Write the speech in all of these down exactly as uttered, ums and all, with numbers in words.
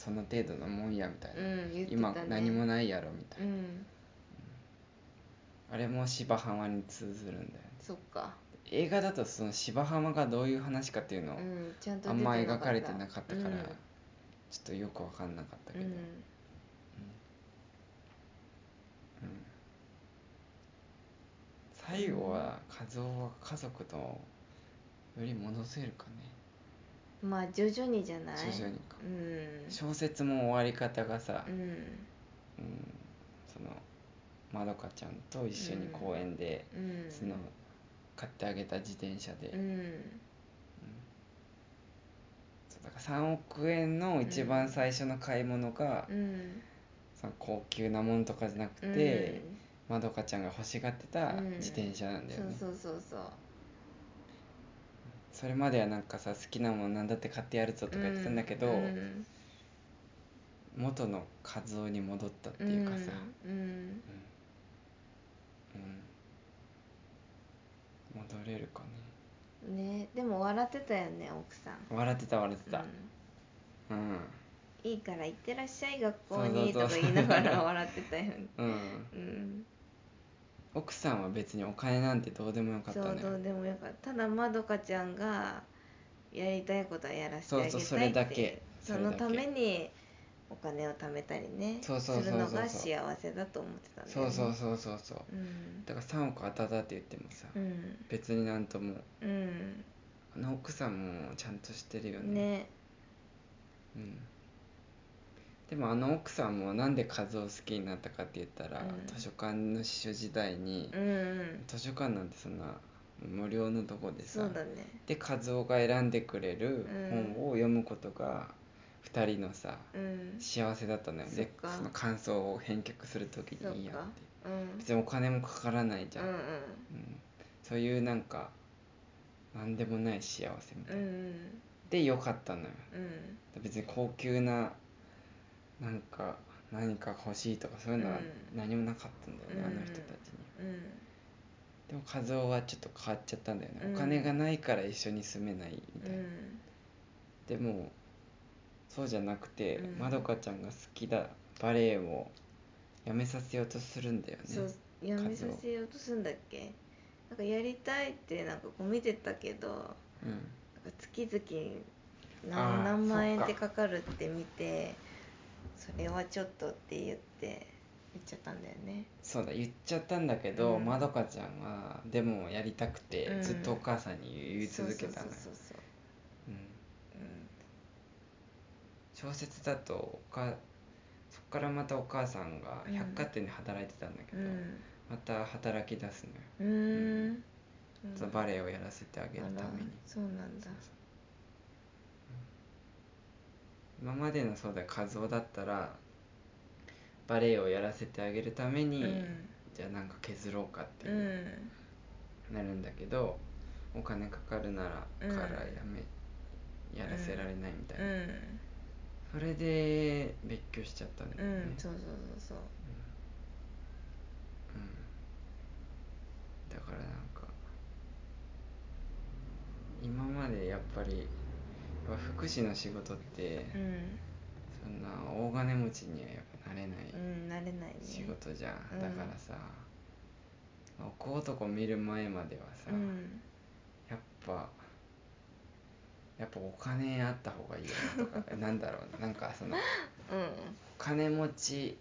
その程度のもんやみたいな、 うん言ってたね、 今何もないやろみたいな、 うんあれも芝浜に通ずるんだよね。 そっか、 映画だとその芝浜がどういう話かっていうのをうんちゃんとあん出てなかった、 ま描かれてなかったから、 うんちょっとよく分かんなかったけど、 うんうんうん最後は和夫は家族とより戻せるかね。 まあ徐々にじゃない、 徐々にか、 うん小説も終わり方がさ、 うんうんそのまどかちゃんと一緒に公園で、 うんその買ってあげた自転車で、 うんうんそうだからさんおくえんの一番最初の買い物が、 うんその高級なもんとかじゃなくて、まどかちゃんが欲しがってた自転車なんだよね、 そうそうそうそう、 それまではなんかさ、好きなものなんだって買ってやるぞとか言ってたんだけど、 うん元の和夫に戻ったっていうかさ、 うんうんうんうん、戻れるかね。 ね、でも笑ってたよね奥さん、 笑ってた笑ってた、うん、 いいから行ってらっしゃい学校そうそうそうにとか言いながら笑ってたよねうん、 うん奥さんは別にお金なんてどうでもよかったそうね。 どうでもよかった、ただまどかちゃんがやりたいことはやらせてあげたいって、 そうそうそれだけそのためにお金を貯めたりねそうそうそうそうするのが幸せだと思ってたんだよね。 そうそうそうそうそう、 うんだからさんおく当たったって言ってもさ、 うん別になんとも、 うんあの奥さんもちゃんとしてるよね。 ね、 うん、でもあの奥さんもなんで和夫好きになったかって言ったら、 うん図書館の司書時代に、 うんうん図書館なんてそんな無料のとこでさ、 そうだね、 で和夫が選んでくれる本を読むことがふたりのさ、 うん幸せだったのよ。でそっかその感想を返却する時にいいやって、 うん別にお金もかからないじゃん、 うんうんそういうなんかなんでもない幸せみたいな、 うんうんでよかったのよ。 うん別に高級ななんか何か欲しいとかそういうのは何もなかったんだよね、 うんあの人たちに。 うんでも和夫はちょっと変わっちゃったんだよね、 うんお金がないから一緒に住めないみたいな、でもそうじゃなくて、 うんまどかちゃんが好きだバレエをやめさせようとするんだよね。 そうやめさせようとするんだっけ、なんかやりたいってなんかこう見てたけど、なんかうん、 月々 あー何何万円そっかってかかるって見て、それはちょっとって言って言っちゃったんだよね。 そうだ言っちゃったんだけど、 うんまどかちゃんはでもやりたくて、 うんずっとお母さんに言い続けたのよ。 そうそうそううんそう小説だとおかそこからまたお母さんが百貨店で働いてたんだけど、 うんまた働き出すのよ、 うーんそのバレエをやらせてあげるために。 そうなんだ。 今までのそうだ和夫だったらバレエをやらせてあげるために、 うんじゃあなんか削ろうかってういう、 んなるんだけど、お金かかるなら、 うんからやめやらせられないみたいな、 うんそれで別居しちゃったんだうんよね。 そうそうそうそう、 うん、だからなんか今までやっぱりやっぱ福祉の仕事ってうんそんな大金持ちにはやっぱなれないうんなれないね仕事じゃん、 うんだからさ、奥男見る前まではさ、 うんやっぱやっぱお金あった方がいいよなとかなんだろうなんかそのうんお金持ち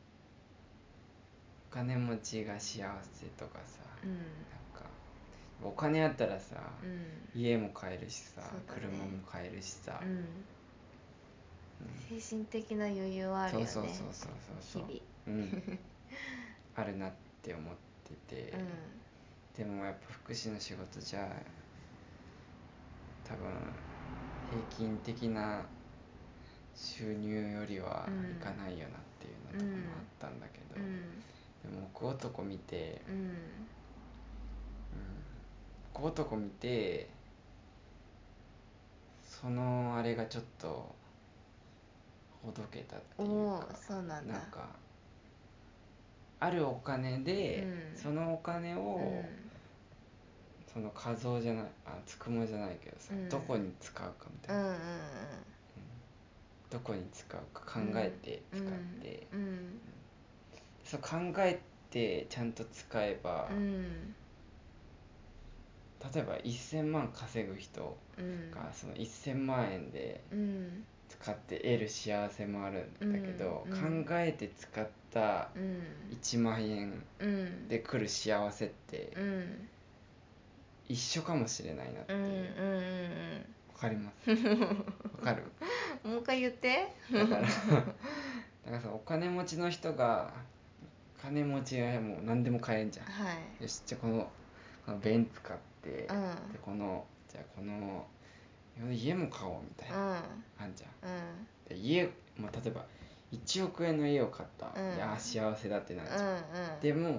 お金持ちが幸せとかさ、 うんなんかお金あったらさ、 うん家も買えるしさ、 そうだね車も買えるしさ、 うん精神的な余裕はあるよね、 そうそうそうそうそう日 々、うん、あるなって思ってて、 々 でもやっぱ福祉の仕事じゃ多分平均的な収入よりはいかないよなっていうのとかもあったんだけど、 うんうんでも奥男見て、 うんうん、奥男見てそのあれがちょっとほどけたっていうおおか、 そうなんだ、 なんかあるお金で、 うんそのお金を、 うんその和夫じゃないあつくもじゃないけどさ、 うんどこに使うかみたいな、 うんうんうんどこに使うか考えて使って、 うんうんそう考えてちゃんと使えば、 うん例えばせんまん稼ぐ人うんがそのせんまん円でうん使って得る幸せもあるんだけど、 うんうん考えて使ったうんいちまん円うんで来る幸せってうん一緒かもしれないなっていう、 うんうんうんわかりますわかるうんもう一回言ってだからだからさ、お金持ちの人が金持ちはもう何でも買えんじゃん、 はい、 よしじゃあこのこのベンツ買って、 うん、 でこのじゃあこの家も買おうみたいな、 うんあんじゃん、 うんで家、まあ、例えばいちおく円の家を買った、 うん、 でああ幸せだってなるじゃん、 うんうん、 でも、うん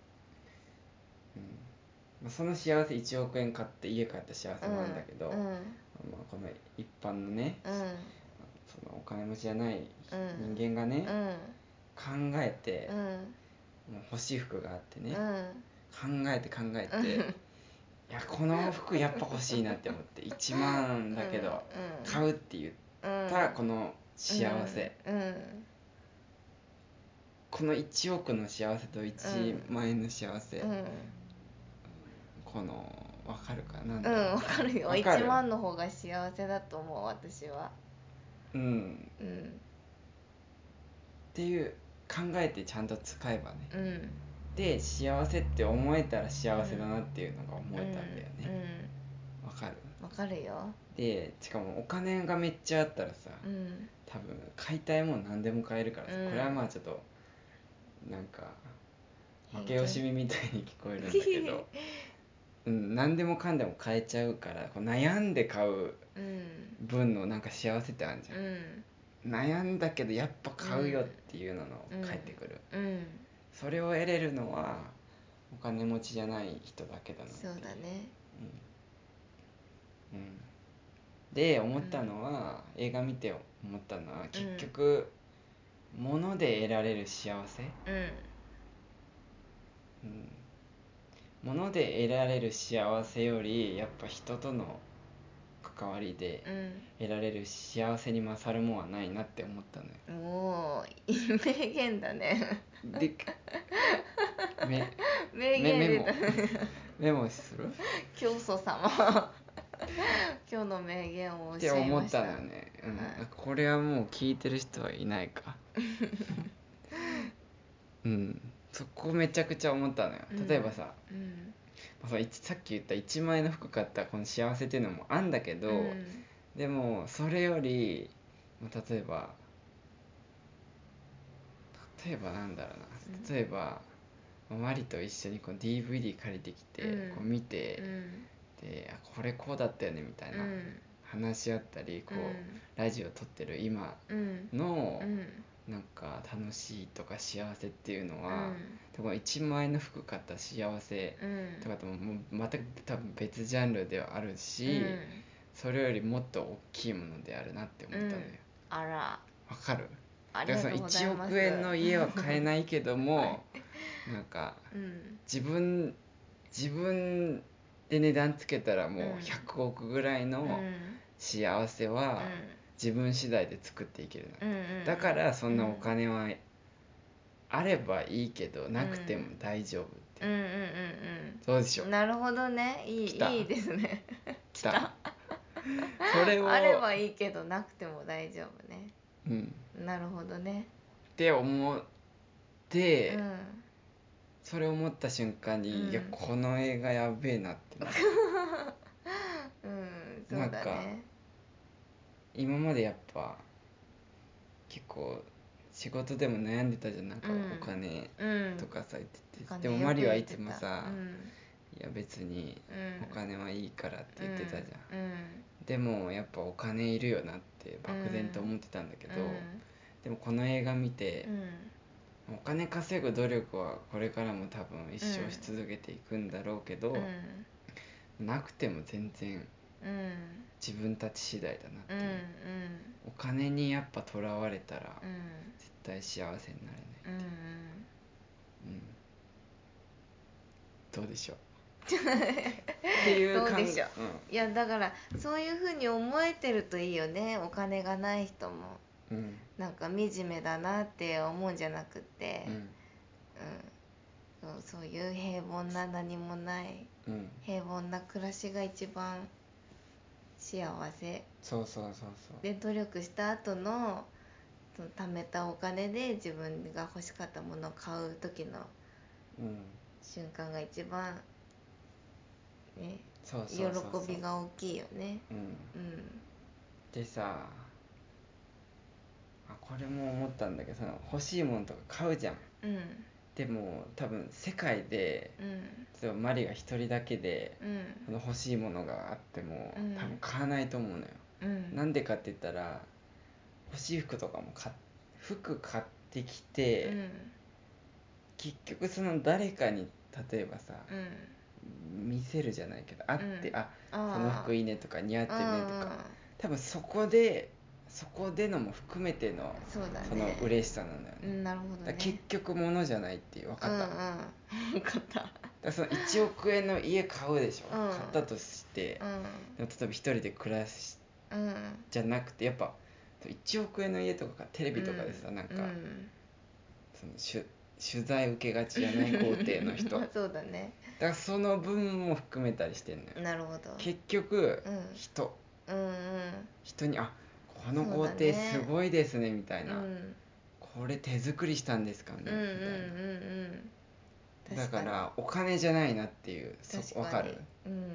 まあ、その幸せいちおく円買って家買った幸せもあるんだけど、 うんうんまあ、この一般のね、 うん、 そのお金持ちじゃない人間がね、 うん、 考えて、 うん、 もう欲しい服があってね、 うん、 考えて考えて、いやこの服やっぱ欲しいなって思っていちまんだけど買うって言ったこの幸せ、 うんうん、 このいちおくの幸せといちまん円の幸せ、 うん、 この分かるかな、 うん、分かるよ。いちまんの方が幸せだと思う、私は。 うん、 うん、 っていう考えてちゃんと使えばね、 うん、 で幸せって思えたら幸せだなっていうのが思えたんだよね。わ、 うん、 かる？ わかるよ。 でしかもお金がめっちゃあったらさ、 うん、 多分買いたいもん何でも買えるからさ、 うん、 これはまあちょっとなんか負け惜しみみたいに聞こえるんだけどうん、何でもかんでも買えちゃうからこう悩んで買う分のなんか幸せってあるじゃん、うん、悩んだけどやっぱ買うよっていうのの返ってくる、 うんうん、 それを得れるのはお金持ちじゃない人だけだなっていう。 そうだね、 うんうん、で思ったのは、うん、映画見て思ったのは結局、うん、物で得られる幸せ、うんうん、物で得られる幸せよりやっぱ人との関わりで得られる幸せに勝るもんはないなって思ったのよ。 おー、名言だね。 でめ名言出たね。 メモする？ 教祖様今日の名言をおっってしゃいました。 思ったのよね、うんはい、 これはもう聞いてる人はいないかうんそこめちゃくちゃ思ったのよ。例えばさ、うん、まあ、さっき言ったいちまん円の服買ったこの幸せっていうのもあんだけど、うん、でもそれより例えば例えばなんだろうな、例えば、うん、マリと一緒にこう ディーブイディー 借りてきて、うん、こう見て、うん、でこれこうだったよねみたいな、うん、話し合ったりこう、うん、ラジオ撮ってる今の、うん、なんか楽しいとか幸せっていうのは、うん、いちまん円の服買った幸せとかとももうまた多分別ジャンルではあるし、うん、それよりもっと大きいものであるなって思ったのよ、うん、 あらわかる？ ありがとうございます。 いちおく円の家は買えないけども、はい、なんか、うん、自分自分で値段つけたらもうひゃくおくぐらいの幸せは自分次第で作っていけるなって、うんうん、だからそんなお金はあればいいけど、なくても大丈夫って、うんうんうんうん、どうでしょう？ なるほどね、いい、いいですねきたそれをあればいいけどなくても大丈夫ね、うん、なるほどねって思って、うん、それを思った瞬間に、うん、いやこの映画やべえなってなってうんそうだね、なんか今までやっぱ結構仕事でも悩んでたじゃん、なんかお金とかさ言ってて、うん、でもマリはいつもさ、うん、いや別にお金はいいからって言ってたじゃん、うんうん、でもやっぱお金いるよなって漠然と思ってたんだけど、うん、でもこの映画見て、うん、お金稼ぐ努力はこれからも多分一生し続けていくんだろうけど、うん、なくても全然自分たち次第だなっていう、うんうん、お金にやっぱとらわれたら絶対幸せになれないって、うんうんうん、どうでしょうっていうどうでしょう、 うん、 いやだからそういう風に思えてるといいよね、お金がない人も。 うん、 なんか惨めだなって思うんじゃなくて、 うんうん、そう、そういう平凡な何もない、 うん、 平凡な暮らしが一番幸せそうそうそうそうで、努力した後のその貯めたお金で自分が欲しかったものを買う時のうん瞬間が一番ね、 そうそうそうそう喜びが大きいよね。 うんうん、 でさあ、これも思ったんだけど、その欲しいものとか買うじゃん。 うん、 でも多分世界でうん、 例えばマリが一人だけでうん、 その欲しいものがあってもうん多分買わないと思うのよ。 うん、 なんでかって言ったら、欲しい服とかも買っ服買ってきうて、 ん、 結局その誰かに例えばさ、 うん、 見せるじゃないけど、会って、 うん、 あ、 あこの服いいねとか似合ってるねとか、 あ、 多分そこでそこでのも含めてのそうだね、 その嬉しさなんだよね。 うん、なるほどね。 だから結局物じゃないっていう、分かった。 うんうん、分かった。 だからそのいちおくえんの家買うでしょ、 うん、 買ったとして、 うん、 でも例えば一人で暮らしうん、 じゃなくて、やっぱいちおくえんの家とかテレビとかでさ、なんか、 うん、 その取取材受けがちじゃない豪邸の人だかそうだね。 らその分も含めたりしてんのよ。 なるほど。 結局、 うん、 人うんうん、 人に、あ、この豪そうだ邸すね。 ごいですねみたいな、 うん、 これ手作りしたんですかねうんうんうんみたいな。 うん。 だ確かに。 からお金じゃないなっていう、そ確かに。 分かる、 うん、 うん、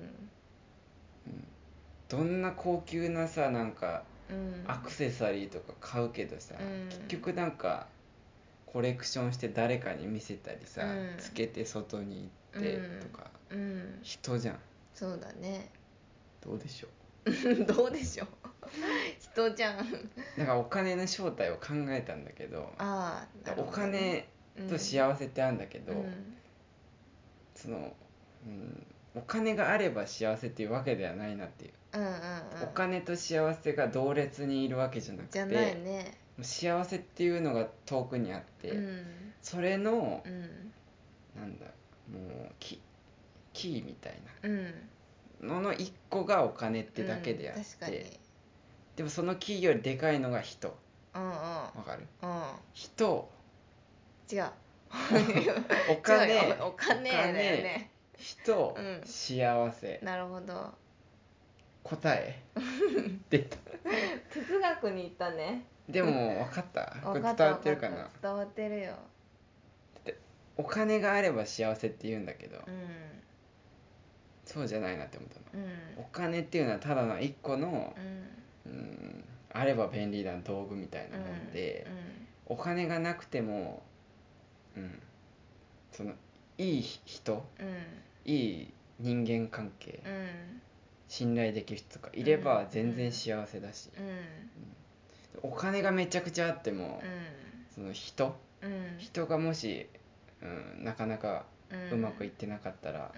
どんな高級なさ、なんかうん、 アクセサリーとか買うけどさ、 うん、 結局なんかコレクションして誰かに見せたりさ、 うん、 つけて外に行ってとか、 うん、うん、 人じゃん。 そうだね。 どうでしょどうでしょう。人じゃん。 う。だからお金の正体を考えたんだけど、 ああ、なるおほどね。 金と幸せってあるんだけど、 うん、 その、うん、お金があれば幸せっていうわけではないなっていう、 うんうんうん。 お金と幸せが同列にいるわけじゃなくじゃないて、 ね。 幸せっていうのが遠くにあって、 うん、 それの、 うん、 なんだ、もうキキーみたいうん、 なのの一個がお金ってだけであっうん、確かに。 て、でもそのキーよりでかいのが人。 うんうん。 わかる？ うん。 人、 違う。 おお金、 違うよ。お金だよね。 人、 うん。 幸せ、 なるほど。 答え出た。 哲学に行ったね。 でも分かった？これ伝分かったわってるかな？ 分かった。伝わってるよ。 だってお金があれば幸せって言うんだけど、 うん。 そうじゃないなって思ったの。 うん。 お金っていうのはただの一個の、 うん。 うん、あれば便利な道具みたいなもんで、お金がなくても、うん、そのいい人、 うん。うん。 いい人間関係、 うん。 信頼できる人とかいれば全然うん。 幸せだし、 うん。 お金がめちゃくちゃあっても、 うん。 その人うん。 人がもし、うん、なかなかうん。 うまくいってなかったら、 うん。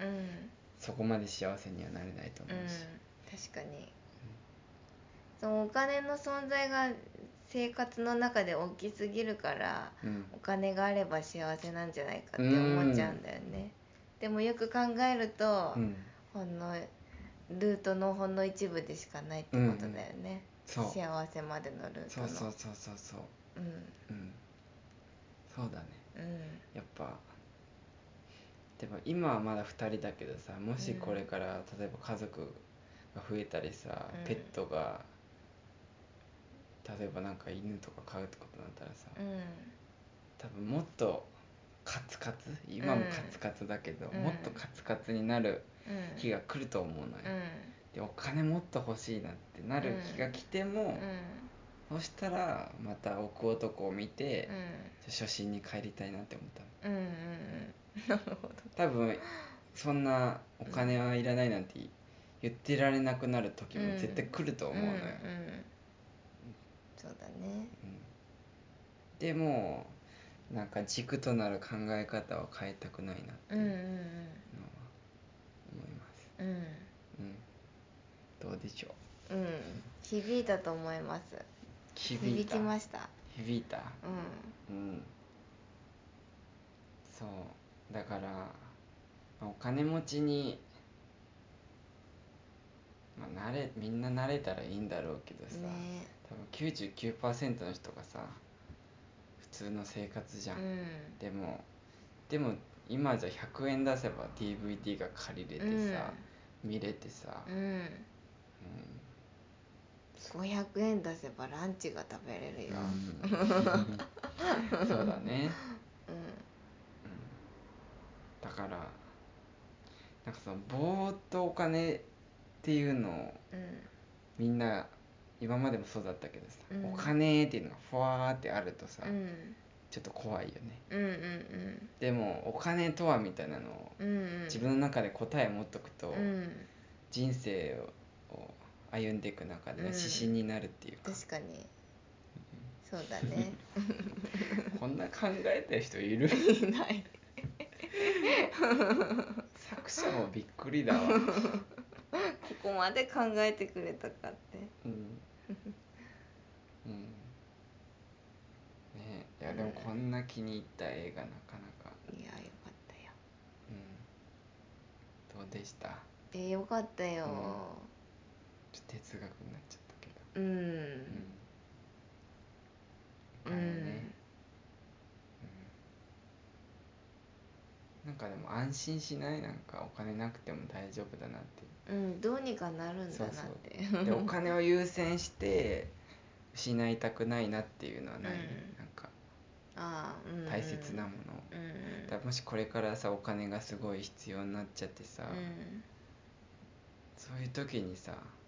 そこまで幸せにはなれないと思うん。 うし、 確かに。そのお金の存在が生活の中で大きすぎるから、 うん、 お金があれば幸せなんじゃないかうって思っちゃうんんだよね。でもよく考えると、 うん、 ほんのルートのほんの一部でしかないってことだよね、 そう幸せまでのルートの。 そうそうそうそうそう、 うんうん、そうだね。 うんやっぱでも今はまだふたりだけどさ、もしこれから例えば家族が増えたりさ、 うんペットが例えばなんか犬とか飼うってことになったらさ、 うん多分もっとカツカツ、今もうんカツカツだけど、 うんもっとカツカツになるうん日が来ると思うのよ。 うんでお金もっと欲しいなってなる日が来ても、そしたらまた奥男を見て、初心に帰りたいなって思ったの。 うんうんうんなるほど。 多分そんなお金はいらないなんて言ってられなくなる時も絶対来ると思うのよ、 うんうんうんそうだね。 うん、でもなんか軸となる考え方を変えたくないなっていうのは思います。 うんうんうん、どうでしょうんうん響いたと思います。 う？響い響た？ きました。 響いた？ うんうん、そうだからお金持ちにまあ慣れみんな慣れたらいいんだろうけどさ、 ね、 多分きゅうじゅうきゅうパーセントの人がさ普通の生活じゃん、 うん、 でもでも今じゃひゃくえん出せば ディーブイディー が借りれてさ、うん、見れてさ、 うん、うん、ごひゃくえん出せばランチが食べれるよ、 うん、そうだね、うん、うん、だからなんかそのぼーっとお金っていうのを、うん、みんな今までもそうだったけどさ、うん、お金っていうのがふわーってあるとさ、うん、ちょっと怖いよね、うんうんうん、でもお金とはみたいなのを、うんうん、自分の中で答え持っとくと、うん、人生を歩んでいく中で、ね、うん、指針になるっていうか、 確かに、うん、そうだねこんな考えた人いる？ いない作者もびっくりだわここまで考えてくれたかって、うん、 うん、ね、いやでもこんな気に入った映画なかなか、 いやよかったよ、 うん、どうでした？ えー、よかったよ、うん、 ちょっと哲学になっちゃったけど、 うん、うん、 お金ね、うん、なんかでも安心しない？なんかお金なくても大丈夫だなっていう、 うん、どうにかなるんだなってそうそうでお金を優先して失いたくないなっていうのはない、うん、なんかあ、うん、大切なもの、うん、だもしこれからさお金がすごい必要になっちゃってさ、うん、そういう時にさ